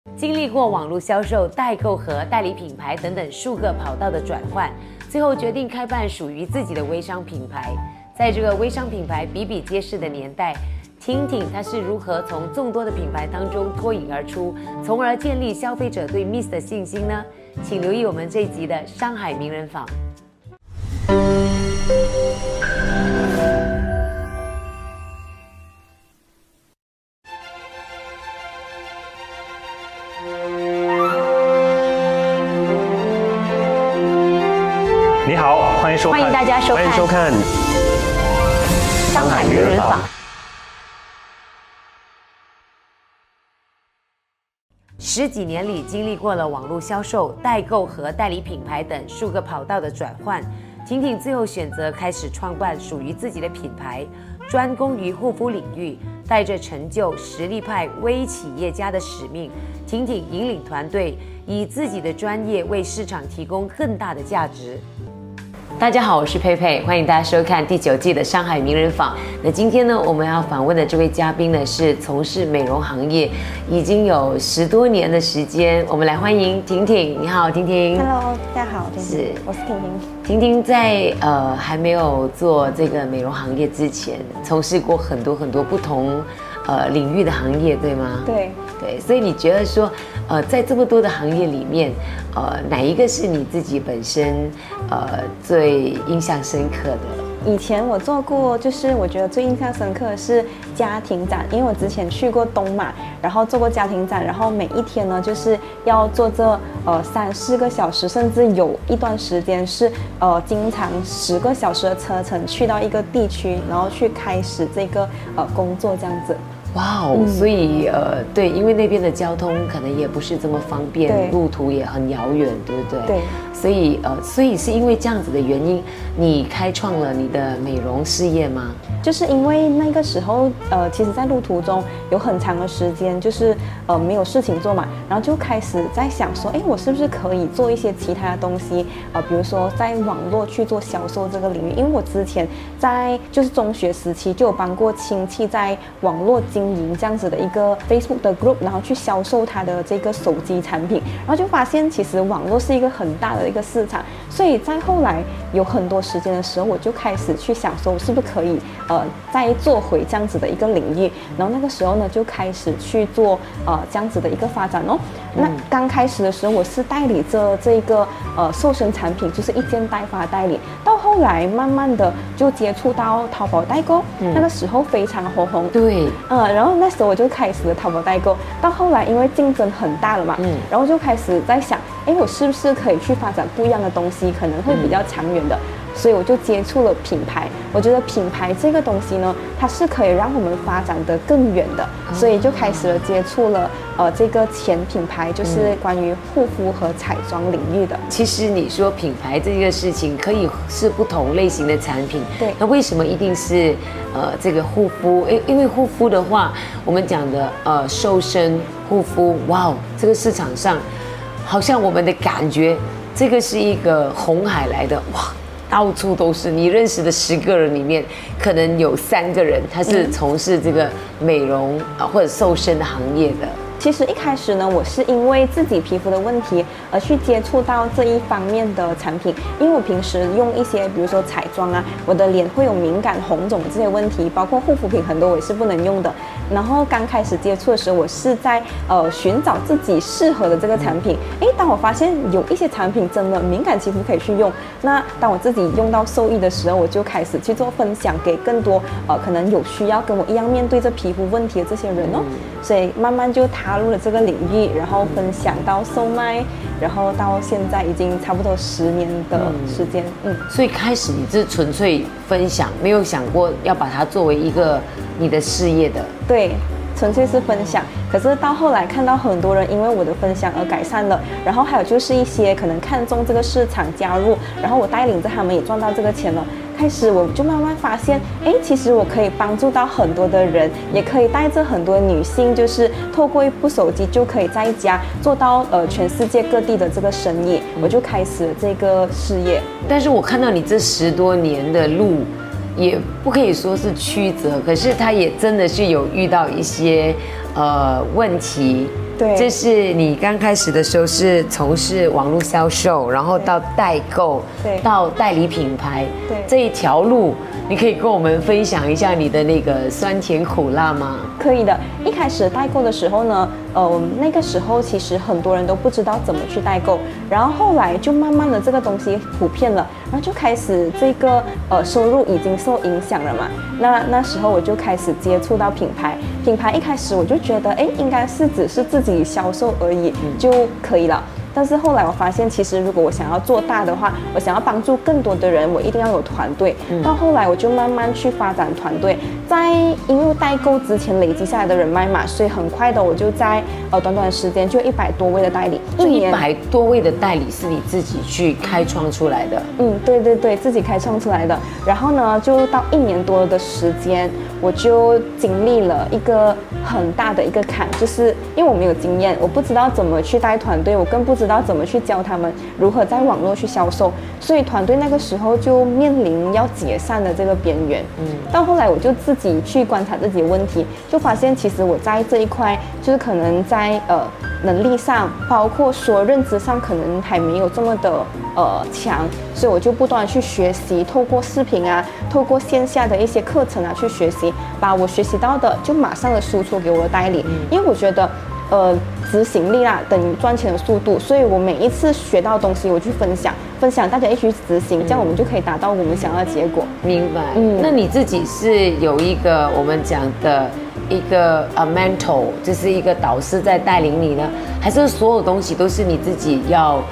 经历过网络销售、代购和代理品牌等等数个跑道的转换，最后决定开办属于自己的微商品牌。在这个微商品牌比比皆是的年代，婷婷她是如何从众多的品牌当中脱颖而出，从而建立消费者对 Miss 的信心呢？请留意我们这一集的上海名人坊。 你好，欢迎收看， 欢迎大家收看上海名人坊。10几年里，经历过了网络销售、代购和代理品牌等数个跑道的转换，婷婷最后选择开始创办属于自己的品牌，专攻于护肤领域，带着成就实力派微企业家的使命，婷婷引领团队，以自己的专业为市场提供更大的价值。大家好，我是佩佩，欢迎大家收看第9季的上海名人坊。那今天呢，我们要访问的这位嘉宾呢，是从事美容行业已经有10多年的时间。我们来欢迎婷婷。你好，婷婷。 Hello， 大家好，我是婷婷。 婷婷在还没有做这个美容行业之前，从事过很多不同领域的行业，对吗？ 对。 所以你觉得说，在这么多的行业里面，哪一个是你自己本身最印象深刻的？ 以前我做过，就是我觉得最印象深刻的是家庭展，因为我之前去过东马，然后做过家庭展，然后每一天呢就是要坐这3、4个小时，甚至有一段时间是经常10个小时的车程去到一个地区，然后去开始这个工作这样子。 哇哦，所以对，因为那边的交通可能也不是这么方便，路途也很遥远，对不对？ 对。 所以是因为这样子的原因，你开创了你的美容事业吗？ 就是因为那个时候，其实在路途中有很长的时间，就是没有事情做嘛，然后就开始在想说，我是不是可以做一些其他的东西，比如说在网络去做销售这个领域，因为我之前在就是中学时期就有帮过亲戚在网络经营这样子的一个 Facebook 的 group， 然后去销售他的这个手机产品，然后就发现其实网络是一个很大的一个市场，所以在后来有很多时间的时候，我就开始去想说，我是不是可以再做回这样子的一个领域，然后那个时候呢就开始去做这样子的一个发展哦。那刚开始的时候，我是代理着这个瘦身产品，就是一件代发代理，到后来慢慢的就接触到淘宝代购，那个时候非常火红， 对， 然后那时候我就开始了淘宝代购，到后来因为竞争很大了嘛，然后就开始在想，我是不是可以去发展不一样的东西，可能会比较长远的。所以我就接触了品牌，我觉得品牌这个东西呢，它是可以让我们发展得更远的，所以就开始了接触了这个前品牌，就是关于护肤和彩妆领域的。 其实你说品牌这个事情可以是不同类型的产品， 对， 那为什么一定是这个护肤？因为护肤的话，我们讲的瘦身护肤，哇哦，这个市场上好像我们的感觉，这个是一个红海来的，哇！到处都是，你认识的10个人里面，可能有3个人他是从事这个美容或者瘦身的行业的。 其实一开始呢，我是因为自己皮肤的问题而去接触到这一方面的产品，因为我平时用一些，比如说彩妆啊，我的脸会有敏感、红肿这些问题，包括护肤品很多我也是不能用的。然后刚开始接触的时候，我是在寻找自己适合的这个产品。当我发现有一些产品真的敏感肌肤可以去用，那当我自己用到受益的时候，我就开始去做分享给更多可能有需要跟我一样面对这皮肤问题的这些人哦。所以慢慢就踏入了这个领域，然后分享到售卖，然后到现在已经差不多10年的时间。 所以开始你是纯粹分享，没有想过要把它作为一个你的事业的。 对，纯粹是分享。可是到后来看到很多人因为我的分享而改善了，然后还有就是一些可能看中这个市场加入，然后我带领着他们也赚到这个钱了。开始我就慢慢发现，其实我可以帮助到很多的人，也可以带着很多女性，就是透过一部手机就可以在家做到全世界各地的这个生意，我就开始了这个事业。 但是我看到你这10多年的路，也不可以说是曲折，可是他也真的是有遇到一些问题， 对， 这是你刚开始的时候是从事网络销售，然后到代购， 对， 到代理品牌， 对， 这一条路，你可以跟我们分享一下你的那个酸甜苦辣吗？ 可以的。一开始代购的时候呢，那个时候其实很多人都不知道怎么去代购，然后后来就慢慢的这个东西普遍了，然后就开始这个收入已经受影响了嘛。那时候我就开始接触到品牌一开始我就觉得，应该是只是自己销售而已就可以了。但是后来我发现，其实如果我想要做大的话，我想要帮助更多的人，我一定要有团队。到后来我就慢慢去发展团队，因为代购之前累积下来的人脉嘛，所以很快的我就在短短的时间就100多位的代理， 这100多位的代理是你自己去开创出来的？ 对，自己开创出来的。然后呢，就到1年多的时间，我就经历了一个很大的一个坎，就是因为我没有经验，我不知道怎么去带团队，我更不知道怎么去教他们如何在网络去销售，所以团队那个时候就面临要解散的这个边缘。到后来我就自己去观察自己的问题，就发现其实我在这一块就是可能在能力上，包括说认知上，可能还没有这么的强，所以我就不断去学习，透过视频啊，透过线下的一些课程啊去学习，把我学习到的就马上的输出给我的代理，因为我觉得执行力等于赚钱的速度，所以我每一次学到的东西我去分享，大家一起去执行，这样我们就可以达到我们想要的结果。 明白。那你自己是有一个我们讲的一个mentor， 就是一个导师在带领你呢，还是所有东西都是你自己要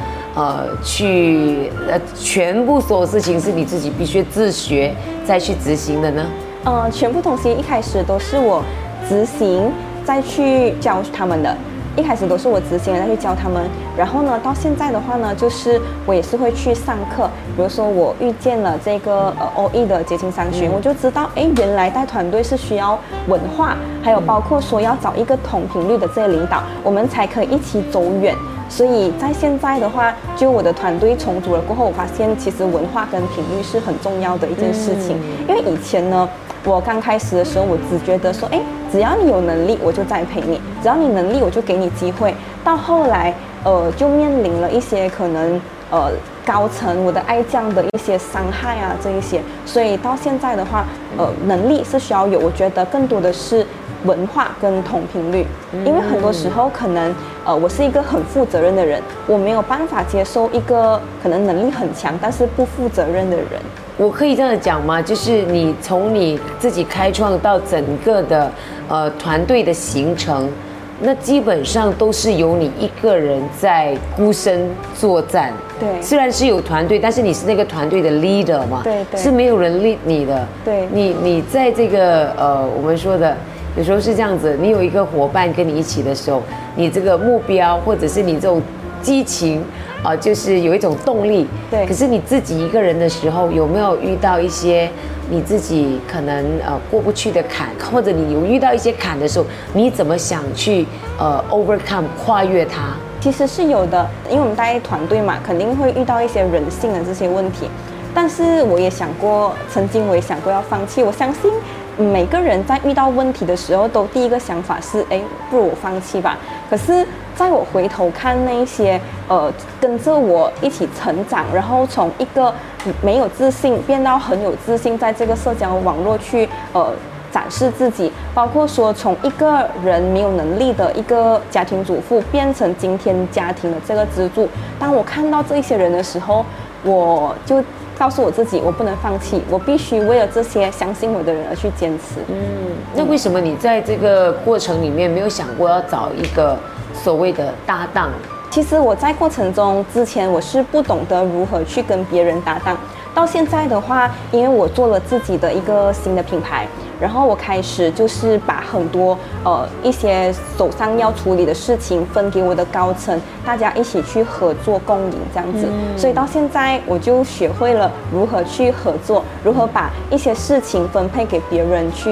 全部所有事情是你自己必须自学再去执行的呢？ 全部东西一开始都是我执行再去教他们的。一开始都是我执行再去教他们，然后呢，到现在的话呢，就是我也是会去上课。比如说我遇见了这个OE 的节庆商学，我就知道，原来带团队是需要文化，还有包括说要找一个同频率的这些领导，我们才可以一起走远。所以在现在的话，就我的团队重组了过后，我发现其实文化跟频率是很重要的一件事情。因为以前呢，我刚开始的时候，我只觉得说，只要你有能力，我就栽培你；只要你能力，我就给你机会。到后来，就面临了一些可能高层我的爱将的一些伤害啊，这一些。所以到现在的话，能力是需要有，我觉得更多的是文化跟同频率。因为很多时候可能我是一个很负责任的人，我没有办法接受一个可能能力很强但是不负责任的人。 我可以这样讲吗？就是你从你自己开创到整个的团队的形成，那基本上都是由你一个人在孤身作战。 对， 虽然是有团队，但是你是那个团队的 leader 嘛， 对， 是没有人 lead 你的。对，你在这个我们说的有时候是这样子，你有一个伙伴跟你一起的时候，你这个目标或者是你这种激情就是有一种动力。 对。 可是你自己一个人的时候，有没有遇到一些你自己可能过不去的坎，或者你有遇到一些坎的时候，你怎么想去overcome 跨越它？ 其实是有的，因为我们带团队嘛，肯定会遇到一些人性的这些问题。但是我也想过，曾经我也想过要放弃。我相信每个人在遇到问题的时候，都第一个想法是，不如我放弃吧。可是在我回头看那一些跟着我一起成长，然后从一个没有自信变到很有自信，在这个社交网络去展示自己，包括说从一个人没有能力的一个家庭主妇变成今天家庭的这个支柱。当我看到这一些人的时候，我就告诉我自己，我不能放弃，我必须为了这些相信我的人而去坚持。 那为什么你在这个过程里面没有想过要找一个所谓的搭档？ 其实我在过程中之前我是不懂得如何去跟别人搭档，到现在的话，因为我做了自己的一个新的品牌，然后我开始就是把很多一些手上要处理的事情分给我的高层，大家一起去合作共赢这样子。所以到现在我就学会了如何去合作，如何把一些事情分配给别人去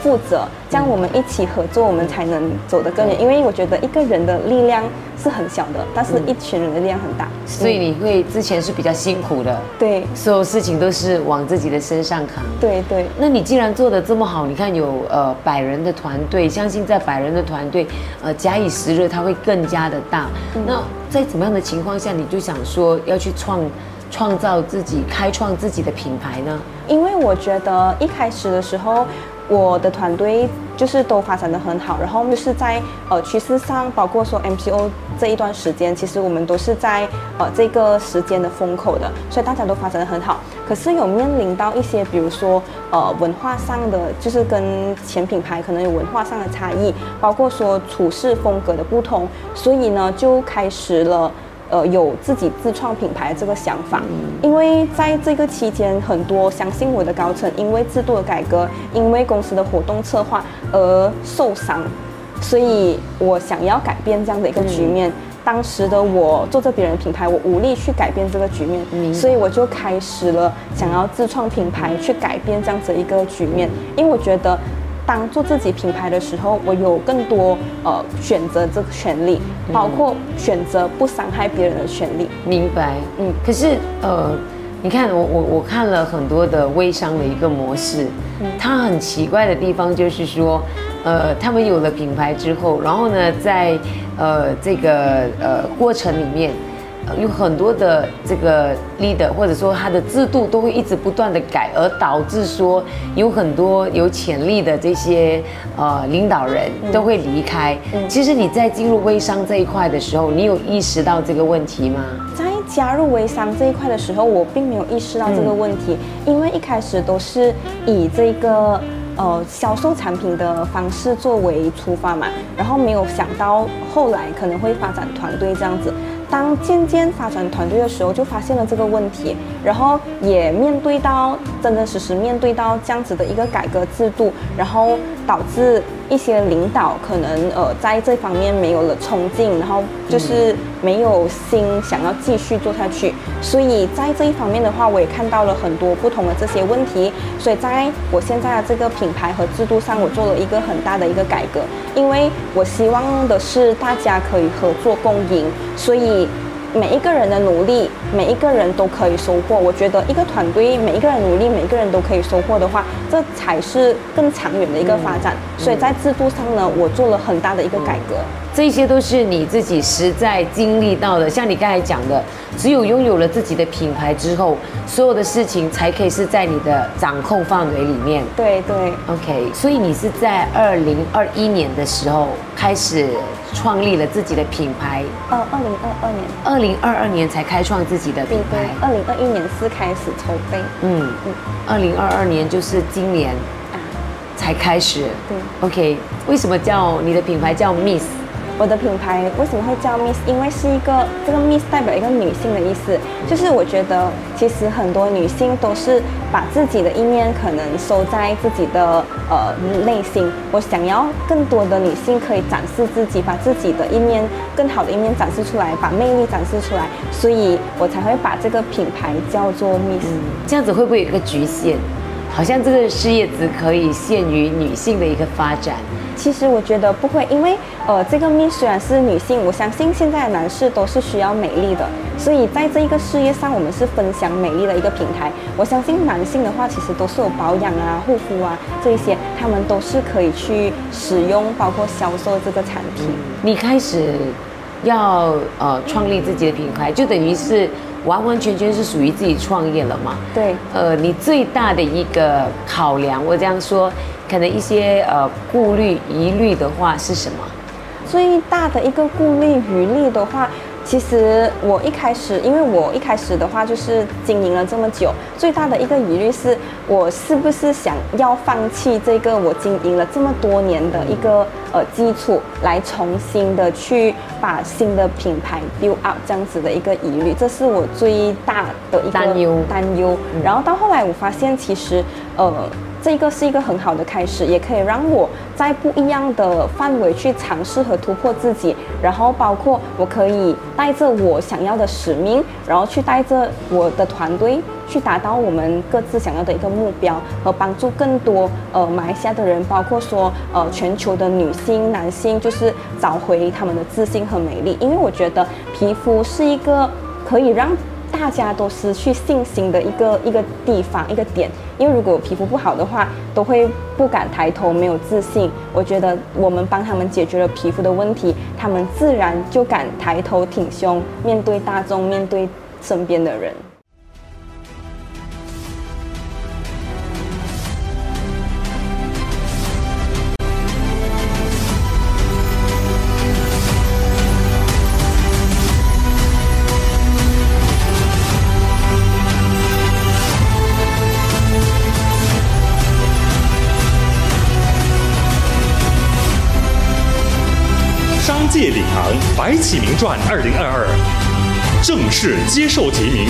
负责，这样我们一起合作，我们才能走得更远。因为我觉得一个人的力量是很小的，但是一群人的力量很大。 所以你会之前是比较辛苦的， 对， 所有事情都是往自己的身上扛。 对对。 那你既然做得这么好，你看有100人的团队，相信在100人的团队，假以时日，它会更加的大。那在怎么样的情况下，你就想说要去创造自己、开创自己的品牌呢？ 因为我觉得一开始的时候，我的团队就是都发展得很好，然后就是在趋势上，包括说 MCO 这一段时间，其实我们都是在这个时间的风口的，所以大家都发展得很好。可是有面临到一些，比如说文化上的，就是跟前品牌可能有文化上的差异，包括说处事风格的不同，所以呢就开始了。有自己自创品牌这个想法，因为在这个期间，很多相信我的高层因为制度的改革，因为公司的活动策划而受伤，所以我想要改变这样的一个局面。当时的我做着别人的品牌，我无力去改变这个局面，所以我就开始了想要自创品牌，去改变这样子一个局面。因为我觉得，当做自己品牌的时候，我有更多选择这个权利，包括选择不伤害别人的权利。 明白，可是你看我看了很多的微商的一个模式，它很奇怪的地方就是说，他们有了品牌之后，然后呢，在这个过程里面。有很多的这个 leader 或者说他的制度都会一直不断的改，而导致说有很多有潜力的这些领导人都会离开。其实你在进入微商这一块的时候，你有意识到这个问题吗？ 在加入微商这一块的时候，我并没有意识到这个问题，因为一开始都是以这个销售产品的方式作为出发嘛，然后没有想到后来可能会发展团队这样子。当渐渐发展团队的时候，就发现了这个问题，然后也面对到真真实实面对到这样子的一个改革制度，然后导致一些领导可能在这方面没有了冲劲，然后就是没有心想要继续做下去。所以在这一方面的话，我也看到了很多不同的这些问题。所以在我现在的这个品牌和制度上，我做了一个很大的一个改革，因为我希望的是大家可以合作共赢，所以每一个人的努力，每一个人都可以收获。我觉得一个团队每一个人努力，每一个人都可以收获的话，这才是更长远的一个发展。所以在制度上呢，我做了很大的一个改革。 这些都是你自己实在经历到的，像你刚才讲的，只有拥有了自己的品牌之后，所有的事情才可以是在你的掌控范围里面。 对对 ，OK。所以你是在2021年的时候开始创立了自己的品牌。 2022年。 2022年才开创自己的品牌。 对，2021年是开始筹备。 2022年就是今年才开始。 对 ，OK。为什么叫你的品牌叫 Miss？ 我的品牌为什么会叫 Miss？ 因为是这个 Miss 代表一个女性的意思，就是我觉得其实很多女性都是把自己的一面可能收在自己的内心。我想要更多的女性可以展示自己，把自己的一面更好的一面展示出来，把魅力展示出来，所以我才会把这个品牌叫做 Miss。 这样子会不会有一个局限？好像这个事业只可以限于女性的一个发展。 其实我觉得不会，因为这个Miss虽然是女性，我相信现在的男士都是需要美丽的，所以在这一个事业上，我们是分享美丽的一个平台。我相信男性的话，其实都是有保养啊、护肤啊这一些，他们都是可以去使用，包括销售这个产品。 你开始要创立自己的品牌，就等于是完完全全是属于自己创业了嘛？ 对。 你最大的一个考量，我这样说，可能一些顾虑、疑虑的话是什么？ 最大的一个顾虑、疑虑的话，其实我一开始的话就是经营了这么久，最大的一个疑虑是我是不是想要放弃这个我经营了这么多年的一个基础，来重新的去把新的品牌 build up 这样子的一个疑虑，这是我最大的一个担忧。然后到后来我发现，其实这个是一个很好的开始，也可以让我在不一样的范围去尝试和突破自己，然后包括我可以带着我想要的使命，然后去带着我的团队去达到我们各自想要的一个目标，和帮助更多马来西亚的人，包括说全球的女性、男性，就是找回他们的自信和美丽。因为我觉得皮肤是一个可以让大家都失去信心的一个地方一个点，因为如果皮肤不好的话，都会不敢抬头，没有自信。我觉得我们帮他们解决了皮肤的问题，他们自然就敢抬头挺胸，面对大众，面对身边的人。 商界领航白起名传2022正式接受提名。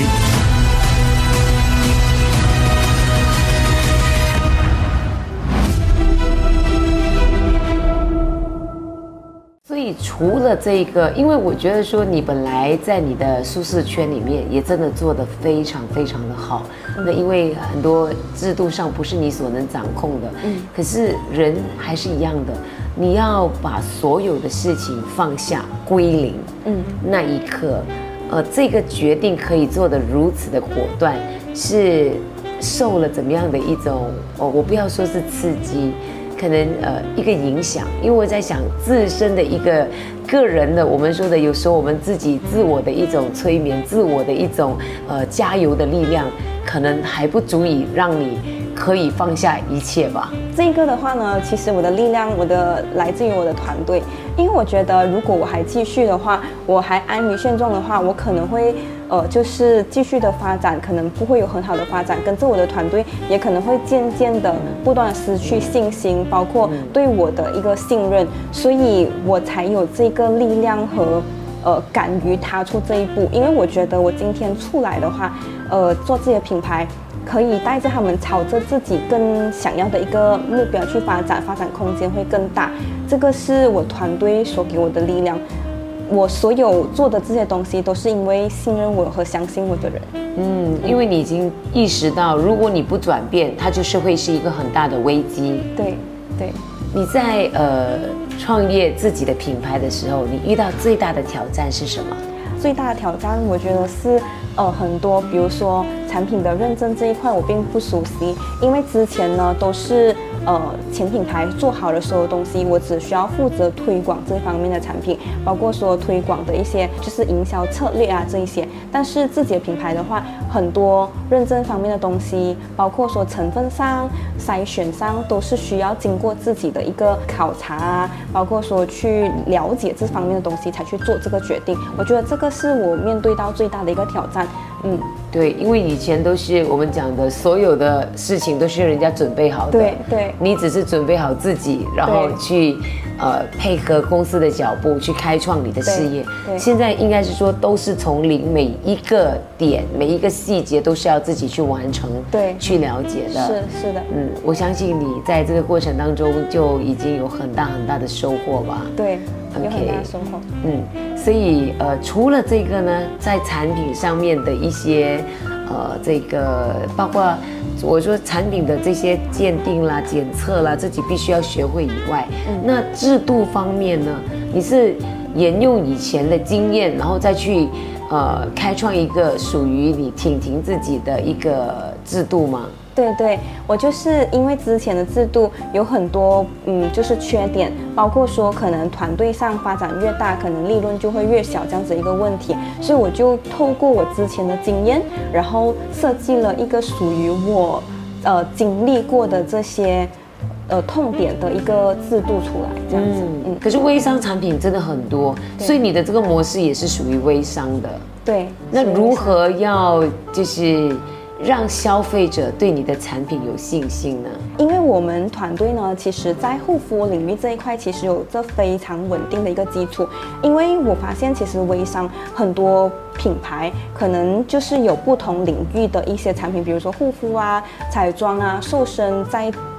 所以除了这个，因为我觉得说你本来在你的舒适圈里面也真的做得非常非常的好，那因为很多制度上不是你所能掌控的，可是人还是一样的，你要把所有的事情放下归零，那一刻，这个决定可以做得如此的果断，是受了怎么样的一种我不要说是刺激。可能一个影响，因为我在想自身的一个个人的，我们说的有时候我们自己自我的一种催眠，自我的一种加油的力量，可能还不足以让你可以放下一切吧。 这个的话呢，其实我的力量，来自于我的团队，因为我觉得如果我还继续的话，我还安于现状的话，我可能会就是继续的发展，可能不会有很好的发展，跟着我的团队也可能会渐渐的不断的失去信心，包括对我的一个信任，所以我才有这个力量和敢于踏出这一步。因为我觉得我今天出来的话，做自己的品牌，可以带着他们朝着自己更想要的一个目标去发展，发展空间会更大。这个是我团队所给我的力量。我所有做的这些东西都是因为信任我和相信我的人。 因为你已经意识到，如果你不转变，它就是会是一个很大的危机。 对。 你在创业自己的品牌的时候，你遇到最大的挑战是什么？ 最大的挑战，我觉得是很多，比如说产品的认证这一块，我并不熟悉，因为之前呢都是前品牌做好了所有东西，我只需要负责推广这方面的产品，包括说推广的一些就是营销策略啊这一些。但是自己的品牌的话，很多认证方面的东西，包括说成分上、筛选上，都是需要经过自己的一个考察啊，包括说去了解这方面的东西才去做这个决定。我觉得这个是我面对到最大的一个挑战。 对，因为以前都是我们讲的所有的事情都是人家准备好的， 对， 你只是准备好自己，然后去配合公司的脚步去开创你的事业。现在应该是说都是从零，每一个点每一个细节都是要自己去完成，去了解的。 是的， 我相信你在这个过程当中就已经有很大很大的收获吧。 对，有很大的收获。 所以除了这个呢，在产品上面的一些这个包括我说产品的这些鉴定啦、检测啦，自己必须要学会以外，那制度方面呢，你是沿用以前的经验，然后再去开创一个属于你婷婷自己的一个制度吗？ 对，我就是因为之前的制度有很多就是缺点，包括说可能团队上发展越大，可能利润就会越小这样子一个问题，所以我就透过我之前的经验，然后设计了一个属于我经历过的这些痛点的一个制度出来，这样子。 可是微商产品真的很多，所以你的这个模式也是属于微商的。 对， 那如何要就是让消费者对你的产品有信心呢？ 因为我们团队呢，其实在护肤领域这一块，其实有着非常稳定的一个基础。因为我发现，其实微商很多品牌可能就是有不同领域的一些产品，比如说护肤啊、彩妆啊、瘦身，在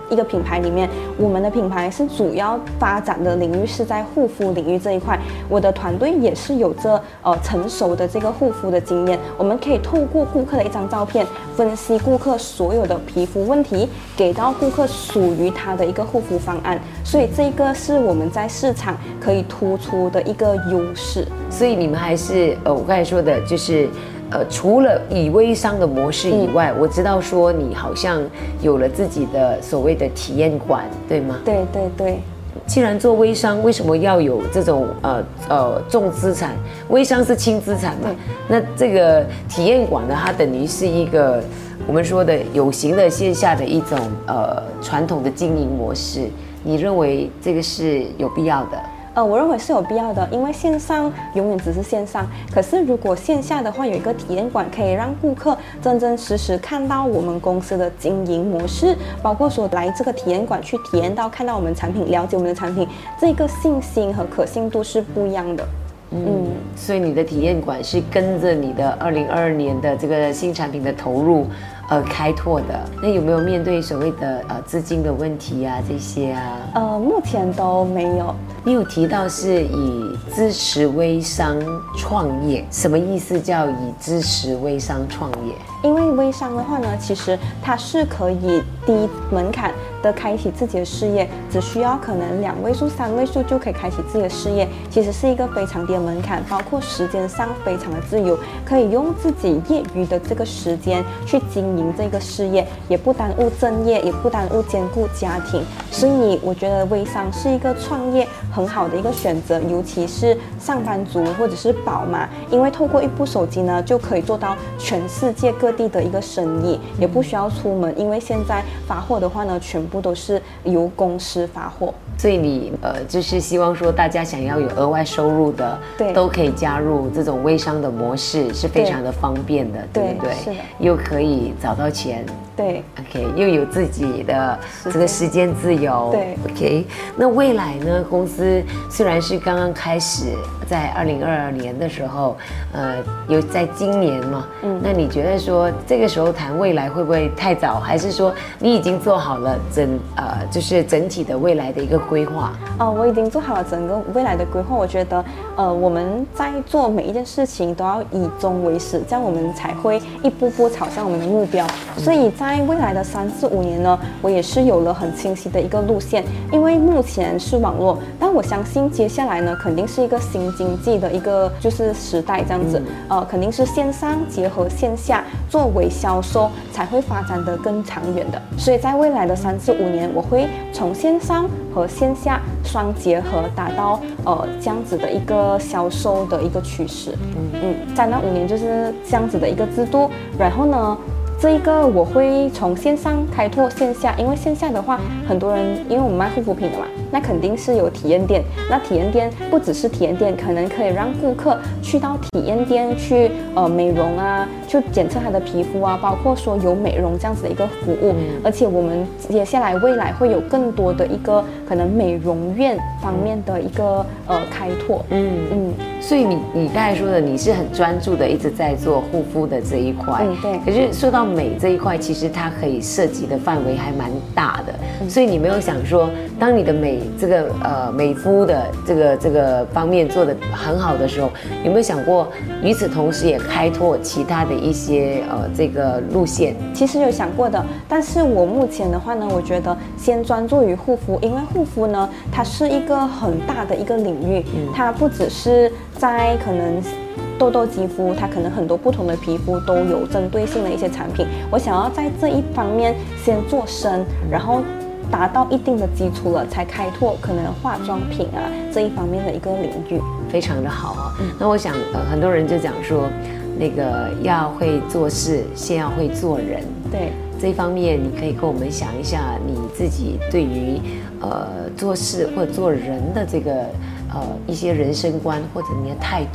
一个品牌里面，我们的品牌是主要发展的领域是在护肤领域这一块。我的团队也是有着成熟的这个护肤的经验，我们可以透过顾客的一张照片，分析顾客所有的皮肤问题，给到顾客属于他的一个护肤方案。所以这个是我们在市场可以突出的一个优势。 所以你们还是我刚才说的，就是除了以微商的模式以外，我知道说你好像有了自己的所谓的体验馆，对吗？ 对对对。 既然做微商，为什么要有这种重资产？微商是轻资产嘛？那这个体验馆呢，它等于是一个我们说的有形的线下的一种传统的经营模式。你认为这个是有必要的？ 我认为是有必要的，因为线上永远只是线上，可是如果线下的话有一个体验馆，可以让顾客真真实实看到我们公司的经营模式，包括说来这个体验馆去体验到、看到我们产品、了解我们的产品，这个信心和可信度是不一样的。 所以你的体验馆是跟着你的2022年的这个新产品的投入开拓的。那有没有面对所谓的资金的问题啊这些啊？ 目前都没有。 你有提到是以支持微商创业，什么意思叫以支持微商创业？ 因为微商的话呢，其实它是可以低门槛的开启自己的事业，只需要可能2位数、3位数就可以开启自己的事业，其实是一个非常低的门槛，包括时间上非常的自由，可以用自己业余的这个时间去经营这个事业，也不耽误正业，也不耽误兼顾家庭。所以我觉得微商是一个创业很好的一个选择，尤其是上班族或者是宝妈，因为透过一部手机呢，就可以做到全世界各地的一个生意，也不需要出门，因为现在发货的话呢，全部都是由公司发货。 所以你就是希望说大家想要有额外收入的，都可以加入这种微商的模式，是非常的方便的， 对不对？ 是的。 又可以找到钱， 对 ，OK， 又有自己的这个时间自由， 对 ，OK。那未来呢？公司虽然是刚刚开始，在2022年的时候，有在今年嘛，那你觉得说这个时候谈未来会不会太早？还是说你已经做好了就是整体的未来的一个规划？ 我已经做好了整个未来的规划。我觉得，我们在做每一件事情都要以终为始，这样我们才会一步步朝向我们的目标。所以在未来的3、4、5年呢，我也是有了很清晰的一个路线。因为目前是网络，但我相信接下来呢，肯定是一个新经济的一个就是时代这样子。肯定是线上结合线下作为销售，才会发展得更长远的。所以在未来的3、4、5年，我会从线上和线下双结合，达到这样子的一个销售的一个趋势。3到5年就是这样子的一个制度。然后呢，这一个我会从线上开拓线下，因为线下的话，很多人因为我们卖护肤品的嘛，那肯定是有体验店。那体验店不只是体验店，可能可以让顾客去到体验店去美容啊，去检测他的皮肤啊，包括说有美容这样子的一个服务。而且我们接下来未来会有更多的一个可能美容院方面的一个开拓。 所以你刚才说的，你是很专注的一直在做护肤的这一块。 对。 可是说到美这一块，其实它可以涉及的范围还蛮大的。所以你没有想说，当你的美这个美肤的这个方面做得很好的时候，有没有想过与此同时也开拓其他的一些这个路线？ 其实有想过的，但是我目前的话呢，我觉得先专注于护肤，因为护肤呢，它是一个很大的一个领域，它不只是在可能痘痘肌肤，它可能很多不同的皮肤都有针对性的一些产品。我想要在这一方面先做深，然后达到一定的基础了，才开拓可能化妆品啊这一方面的一个领域。 非常的好啊。那我想很多人就讲说，那个要会做事，先要会做人。 对。 这一方面，你可以跟我们想一下你自己对于做事或者做人的这个一些人生观或者你的态度。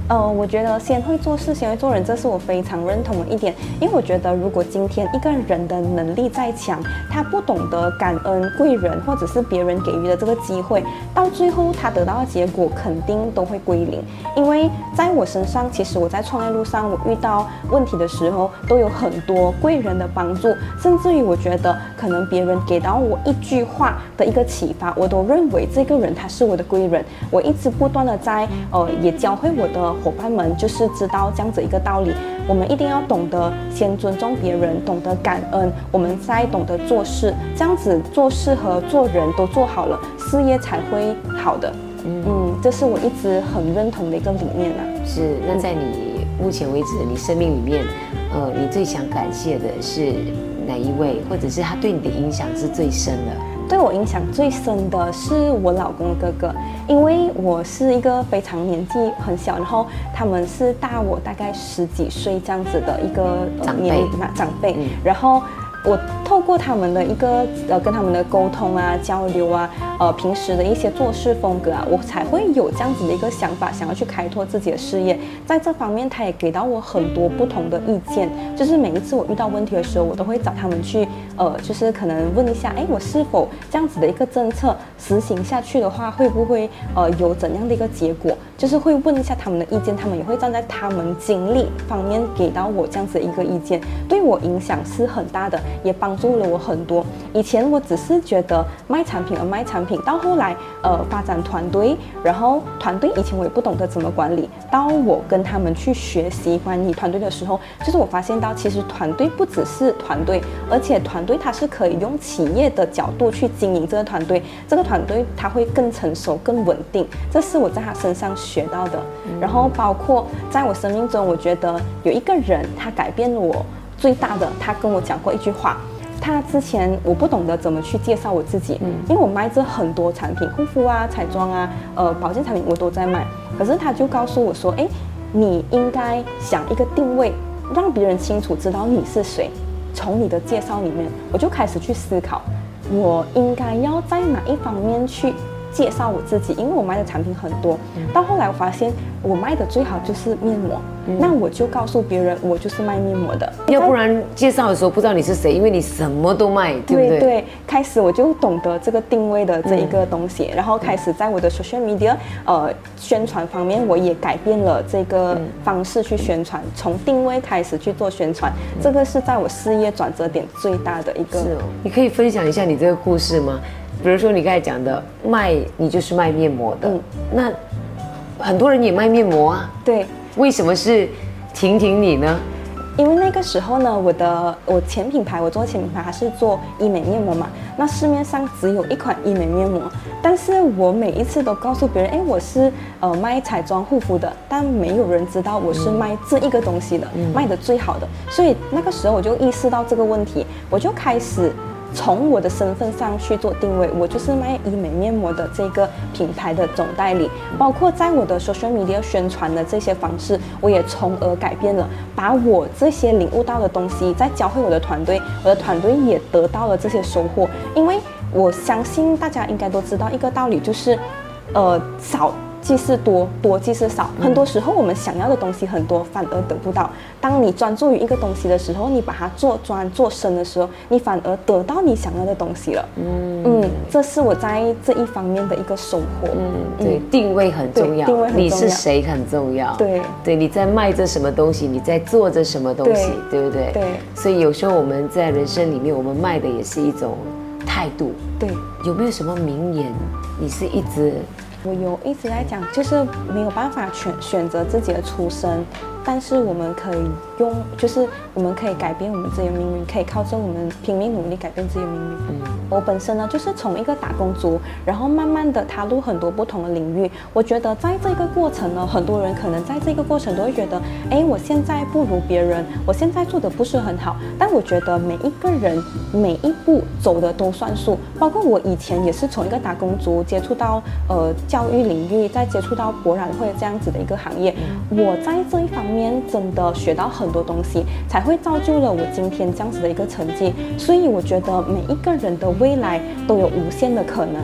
我觉得先会做事，先会做人，这是我非常认同的一点。因为我觉得，如果今天一个人的能力再强，他不懂得感恩贵人或者是别人给予的这个机会，到最后他得到的结果肯定都会归零。因为在我身上，其实我在创业路上，我遇到问题的时候，都有很多贵人的帮助，甚至于我觉得可能别人给到我一句话的一个启发，我都认为这个人他是我的贵人。我一直不断的在也教会我的伙伴们，就是知道这样子一个道理，我们一定要懂得先尊重别人，懂得感恩，我们再懂得做事，这样子做事和做人都做好了，事业才会好的。这是我一直很认同的一个理念啊。 是，那在你目前为止你生命里面，你最想感谢的是哪一位，或者是他对你的影响是最深的？ 对我影响最深的是我老公的哥哥，因为我是一个非常年纪很小，然后他们是大我大概10几岁这样子的一个长辈，然后我透过他们的一个跟他们的沟通啊、交流啊，平时的一些做事风格啊，我才会有这样子的一个想法，想要去开拓自己的事业。在这方面，他也给到我很多不同的意见。就是每一次我遇到问题的时候，我都会找他们去，就是可能问一下，我是否这样子的一个政策实行下去的话，会不会有怎样的一个结果？就是会问一下他们的意见，他们也会站在他们经历方面给到我这样子的一个意见，对我影响是很大的，也帮助了我很多。以前我只是觉得卖产品而卖产品，到后来发展团队，然后团队以前我也不懂得怎么管理，到我跟他们去学习管理团队的时候，就是我发现到其实团队不只是团队，而且团队它是可以用企业的角度去经营这个团队，这个团队它会更成熟、更稳定，这是我在他身上学到的。然后包括在我生命中，我觉得有一个人他改变了我最大的，他跟我讲过一句话。他之前我不懂得怎么去介绍我自己，因为我卖着很多产品，护肤啊、彩妆啊、保健产品我都在卖。可是他就告诉我说，你应该想一个定位，让别人清楚知道你是谁。从你的介绍里面，我就开始去思考，我应该要在哪一方面去介绍我自己，因为我卖的产品很多。到后来我发现我卖的最好就是面膜，那我就告诉别人我就是卖面膜的， 要不然介绍的时候不知道你是谁，因为你什么都卖，对不对？ 对，开始我就懂得这个定位的这一个东西，然后开始在我的 social media 宣传方面，我也改变了这个方式去宣传，从定位开始去做宣传，这个是在我事业转折点最大的一个。 是哦，你可以分享一下你这个故事吗？比如说你刚才讲的你就是卖面膜的，那很多人也卖面膜啊， 对， 为什么是婷婷你呢？ 因为那个时候呢，我前品牌，我做前品牌还是做医美面膜嘛，那市面上只有一款医美面膜，但是我每一次都告诉别人，我是卖彩妆护肤的，但没有人知道我是卖这一个东西的，卖的最好的，所以那个时候我就意识到这个问题，我就开始从我的身份上去做定位，我就是卖医美面膜的这个品牌的总代理，包括在我的 social media 宣传的这些方式，我也从而改变了，把我这些领悟到的东西再教会我的团队，我的团队也得到了这些收获。因为我相信大家应该都知道一个道理，就是少即是多，多即是少。很多时候我们想要的东西很多，反而得不到。当你专注于一个东西的时候，你把它做专做深的时候，你反而得到你想要的东西了。这是我在这一方面的一个收获。 对，定位很重要， 定位很重要， 你是谁很重要。 对， 你在卖着什么东西，你在做着什么东西，对不对？ 对。 所以有时候我们在人生里面，我们卖的也是一种态度。 对。 有没有什么名言？你是一直？ 我有一直在讲，就是没有办法选择自己的出身，但是我们可以就是我们可以改变我们自己的命运，可以靠着我们拼命努力改变自己的命运。我本身呢，就是从一个打工族，然后慢慢的踏入很多不同的领域。我觉得在这个过程呢，很多人可能在这个过程都会觉得，我现在不如别人，我现在做的不是很好。但我觉得每一个人每一步走的都算数，包括我以前也是从一个打工族接触到教育领域，再接触到博览会这样子的一个行业，我在这一方面真的学到很多东西，才会造就了我今天这样子的一个成绩。所以我觉得每一个人的未来都有无限的可能。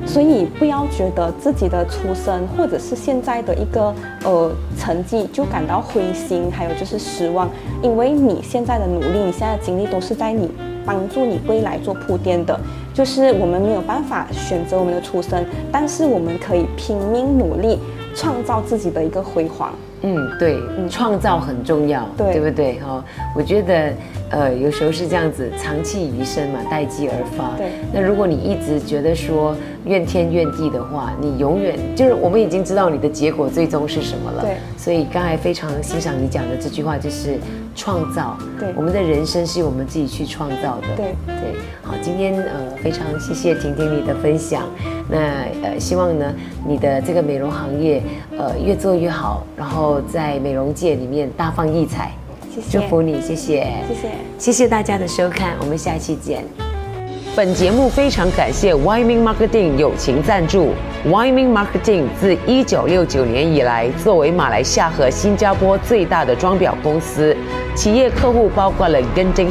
所以不要觉得自己的出身或者是现在的一个成绩就感到灰心，还有就是失望，因为你现在的努力，你现在的经历都是在你帮助你未来做铺垫的。就是我们没有办法选择我们的出身，但是我们可以拼命努力，创造自己的一个辉煌。 对，创造很重要，对不对？我觉得有时候是这样子，长气余生嘛，待机而发。 对。 那如果你一直觉得说怨天怨地的话，你永远就是我们已经知道你的结果最终是什么了。 对。 所以刚才非常欣赏你讲的这句话，就是创造。 对。 我们的人生是我们自己去创造的。 对。 好，今天非常谢谢婷婷你的分享。那希望呢你的这个美容行业越做越好，然后在美容界里面大放异彩。 谢谢， 祝福你，谢谢，谢谢大家的收看，我们下期见。本节目非常感谢 Wyoming Marketing 友情赞助。Wyoming Marketing 自1969年以来，作为马来西亚和新加坡最大的装裱公司，企业客户包括了 Genting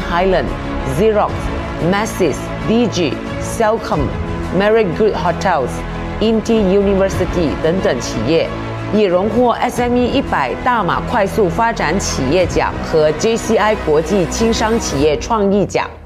Highland、Xerox、VG、Cellcom、Marriott Good Hotels、Inti University 等等企业，也荣获 SME 100大马快速发展企业奖和 JCI 国际轻商企业创意奖。